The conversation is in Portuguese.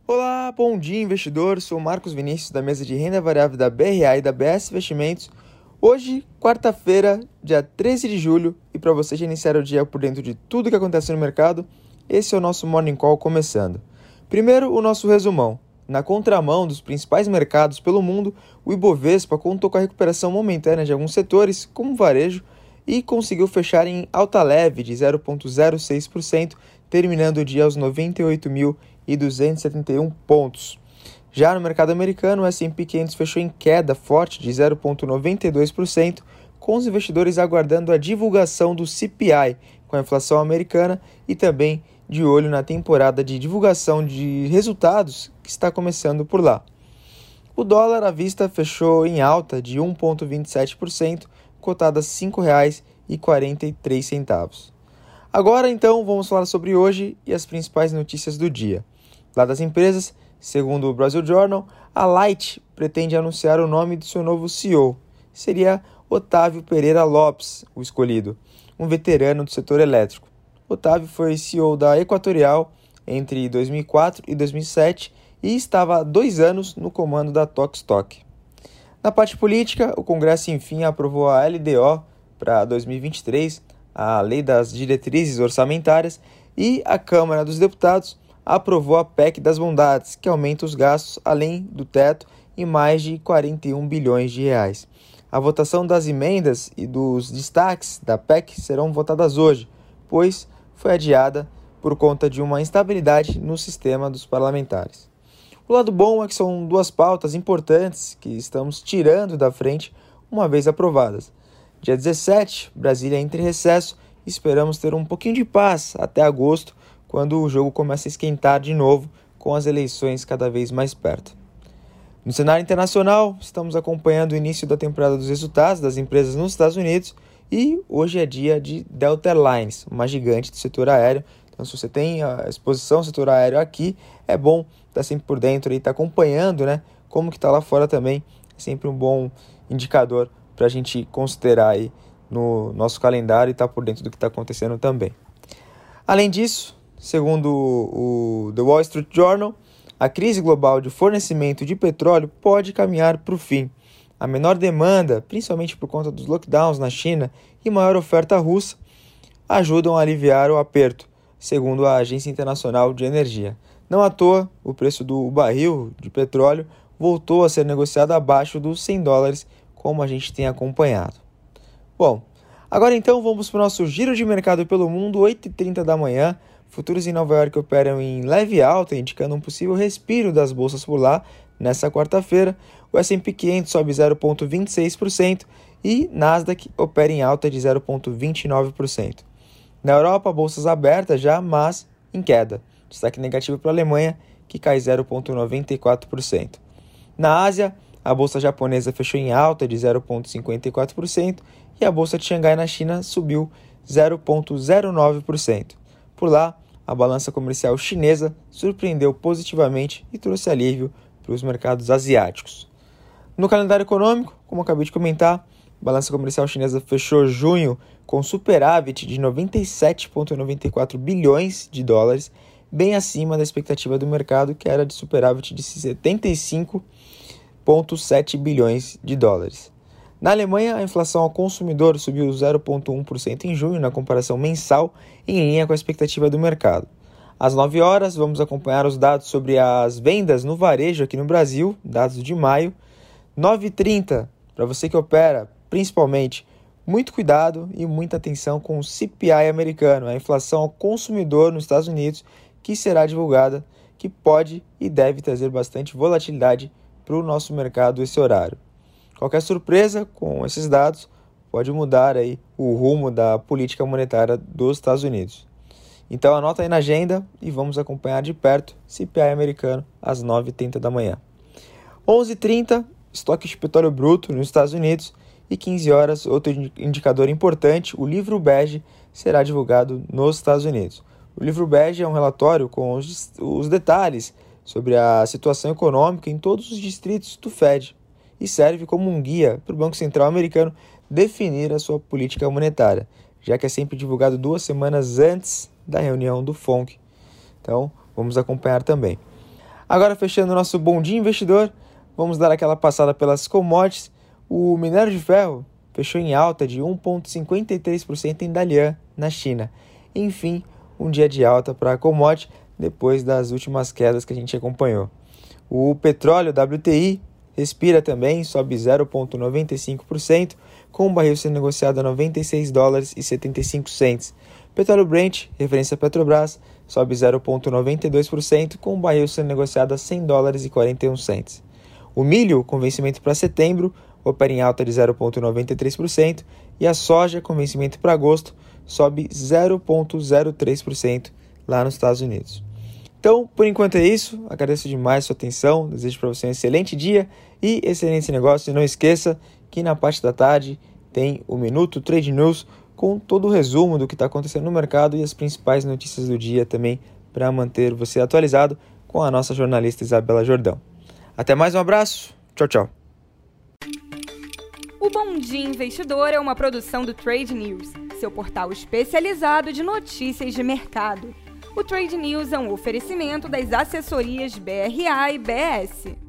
Olá, bom dia investidor, sou Marcos Vinícius da mesa de renda variável da BRA e da BS Investimentos. Hoje, quarta-feira, dia 13 de julho, e para você já iniciar o dia por dentro de tudo que acontece no mercado, esse é o nosso Morning Call começando. Primeiro, o nosso resumão. Na contramão dos principais mercados pelo mundo, o Ibovespa contou com a recuperação momentânea de alguns setores, como o varejo, e conseguiu fechar em alta leve de 0,06%, terminando o dia aos 98.271 pontos. Já no mercado americano, o S&P 500 fechou em queda forte de 0,92%, com os investidores aguardando a divulgação do CPI, com a inflação americana, e também de olho na temporada de divulgação de resultados que está começando por lá. O dólar à vista fechou em alta de 1,27%, cotado a R$ 5,43. Agora, então, vamos falar sobre hoje e as principais notícias do dia. Lá das empresas, segundo o Brazil Journal, a Light pretende anunciar o nome de seu novo CEO. Seria Otávio Pereira Lopes, o escolhido, um veterano do setor elétrico. Otávio foi CEO da Equatorial entre 2004 e 2007 e estava há 2 anos no comando da Tokstok. Na parte política, o Congresso enfim aprovou a LDO para 2023, a Lei das Diretrizes Orçamentárias, e a Câmara dos Deputados aprovou a PEC das Bondades, que aumenta os gastos além do teto em mais de 41 bilhões de reais. A votação das emendas e dos destaques da PEC serão votadas hoje, pois foi adiada por conta de uma instabilidade no sistema dos parlamentares. O lado bom é que são 2 pautas importantes que estamos tirando da frente uma vez aprovadas. Dia 17, Brasília entra em recesso e esperamos ter um pouquinho de paz até agosto, quando o jogo começa a esquentar de novo com as eleições cada vez mais perto. No cenário internacional, estamos acompanhando o início da temporada dos resultados das empresas nos Estados Unidos e hoje é dia de Delta Airlines, uma gigante do setor aéreo. Então, se você tem a exposição ao setor aéreo aqui, é bom estar sempre por dentro e estar acompanhando, como que está lá fora também. É sempre um bom indicador para a gente considerar aí no nosso calendário e estar por dentro do que está acontecendo também. Além disso, segundo o The Wall Street Journal, a crise global de fornecimento de petróleo pode caminhar para o fim. A menor demanda, principalmente por conta dos lockdowns na China e maior oferta russa, ajudam a aliviar o aperto, segundo a Agência Internacional de Energia. Não à toa, o preço do barril de petróleo voltou a ser negociado abaixo dos $100, como a gente tem acompanhado. Bom, agora então vamos para o nosso giro de mercado pelo mundo, 8h30 da manhã. Futuros em Nova York operam em leve alta, indicando um possível respiro das bolsas por lá. Nessa quarta-feira, o S&P 500 sobe 0,26% e Nasdaq opera em alta de 0,29%. Na Europa, bolsas abertas já, mas em queda. Destaque negativo para a Alemanha, que cai 0,94%. Na Ásia, a bolsa japonesa fechou em alta de 0,54% e a bolsa de Xangai na China subiu 0,09%. Por lá, a balança comercial chinesa surpreendeu positivamente e trouxe alívio para os mercados asiáticos. No calendário econômico, como acabei de comentar, a balança comercial chinesa fechou junho com superávit de 97,94 bilhões de dólares, bem acima da expectativa do mercado, que era de superávit de 75,7 bilhões de dólares. Na Alemanha, a inflação ao consumidor subiu 0,1% em junho, na comparação mensal, em linha com a expectativa do mercado. Às 9 horas, vamos acompanhar os dados sobre as vendas no varejo aqui no Brasil, dados de maio. 9h30, para você que opera, principalmente, muito cuidado e muita atenção com o CPI americano, a inflação ao consumidor nos Estados Unidos, que será divulgada, que pode e deve trazer bastante volatilidade para o nosso mercado esse horário. Qualquer surpresa com esses dados pode mudar aí o rumo da política monetária dos Estados Unidos. Então anota aí na agenda e vamos acompanhar de perto CPI americano às 9h30 da manhã. 11h30, estoque de petróleo bruto nos Estados Unidos e 15 horas, outro indicador importante, o livro bege será divulgado nos Estados Unidos. O livro bege é um relatório com os detalhes sobre a situação econômica em todos os distritos do Fed e serve como um guia para o Banco Central americano definir a sua política monetária, já que é sempre divulgado 2 semanas antes da reunião do FONC. Então, vamos acompanhar também. Agora, fechando o nosso Bom Dia Investidor, vamos dar aquela passada pelas commodities. O minério de ferro fechou em alta de 1,53% em Dalian, na China. Enfim, um dia de alta para a commodity depois das últimas quedas que a gente acompanhou. O petróleo WTI respira também, sobe 0,95%, com o barril sendo negociado a $96,75. Petróleo Brent, referência Petrobras, sobe 0,92%, com o barril sendo negociado a $100,41. O milho, com vencimento para setembro, opera em alta de 0,93%, e a soja, com vencimento para agosto, sobe 0,03% lá nos Estados Unidos. Então, por enquanto é isso. Agradeço demais a sua atenção, desejo para você um excelente dia e excelente negócio. E não esqueça que na parte da tarde tem o Minuto Trade News com todo o resumo do que está acontecendo no mercado e as principais notícias do dia também para manter você atualizado com a nossa jornalista Isabela Jordão. Até mais, um abraço, tchau, tchau. O Bom Dia Investidor é uma produção do Trade News, seu portal especializado de notícias de mercado. O Trade News é um oferecimento das assessorias BRA e BS.